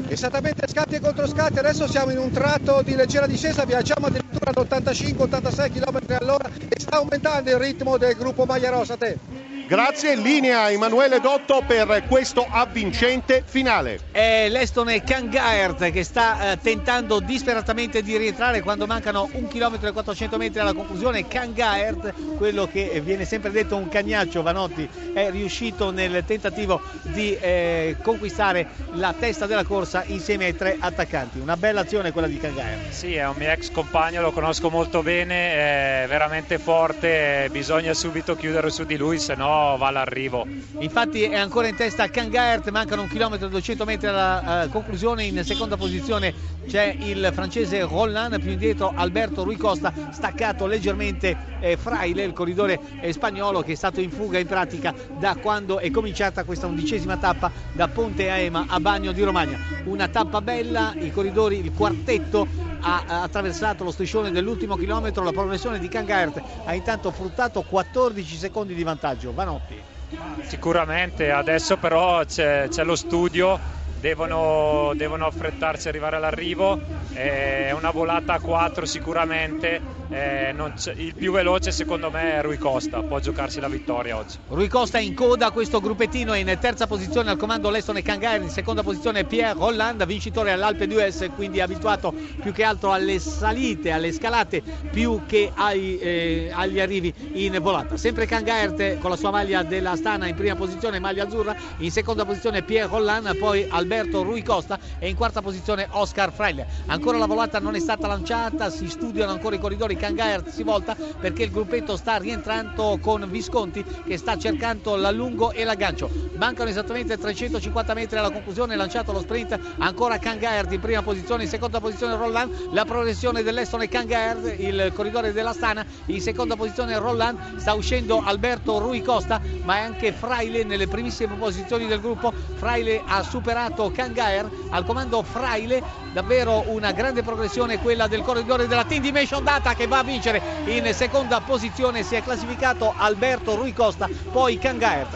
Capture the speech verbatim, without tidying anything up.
Esattamente, scatti e controscatti, adesso siamo in un tratto di leggera discesa, viaggiamo addirittura ad ottantacinque ottantasei km all'ora e sta aumentando il ritmo del gruppo Maglia Rosa. A te. Grazie, in linea Emanuele Dotto per questo avvincente finale. È l'estone Kangaert che sta eh, tentando disperatamente di rientrare quando mancano un chilometro e quattrocento metri alla conclusione. Kangaert, quello che viene sempre detto un cagnaccio, Vanotti, è riuscito nel tentativo di eh, conquistare la testa della corsa insieme ai tre attaccanti. Una bella azione quella di Kangaert. Sì, è un mio ex compagno, lo conosco molto bene, è veramente forte, bisogna subito chiudere su di lui, se no va all'arrivo. Infatti è ancora in testa Kangaert, mancano un chilometro e duecento metri alla uh, conclusione. In seconda posizione c'è il francese Roland, più indietro Alberto Rui Costa, staccato leggermente eh, Fraile, il corridore eh, spagnolo che è stato in fuga in pratica da quando è cominciata questa undicesima tappa da Ponte Aema a Bagno di Romagna. Una tappa bella, i corridori, il quartetto ha attraversato lo striscione dell'ultimo chilometro. La progressione di Kangaert ha intanto fruttato quattordici secondi di vantaggio. Vanotti. Sicuramente, adesso però c'è, c'è lo studio, devono, devono affrettarsi ad arrivare all'arrivo, è una volata a quattro sicuramente. Eh, non il più veloce secondo me è Rui Costa, può giocarsi la vittoria oggi. Rui Costa in coda, questo gruppettino è in terza posizione al comando l'estone Kangaert, in seconda posizione Pierre Rolland, vincitore all'Alpe d'Huez, quindi abituato più che altro alle salite, alle scalate più che ai, eh, agli arrivi in volata. Sempre Kangaert con la sua maglia della Astana in prima posizione, maglia azzurra, in seconda posizione Pierre Rolland, poi Alberto Rui Costa e in quarta posizione Oscar Freile. Ancora la volata non è stata lanciata, si studiano ancora i corridori. Kangaert si volta perché il gruppetto sta rientrando con Visconti che sta cercando l'allungo e l'aggancio. Mancano esattamente trecentocinquanta metri alla conclusione, lanciato lo sprint, ancora Kangaert in prima posizione, in seconda posizione Roland, la progressione dell'estone Kangaert, il corridore dell'Astana, in seconda posizione Roland, sta uscendo Alberto Rui Costa, ma è anche Fraile nelle primissime posizioni del gruppo. Fraile ha superato Kangaert, al comando Fraile, davvero una grande progressione quella del corridore della Team Dimension Data che va a vincere. In seconda posizione si è classificato Alberto Rui Costa, poi Kangaert.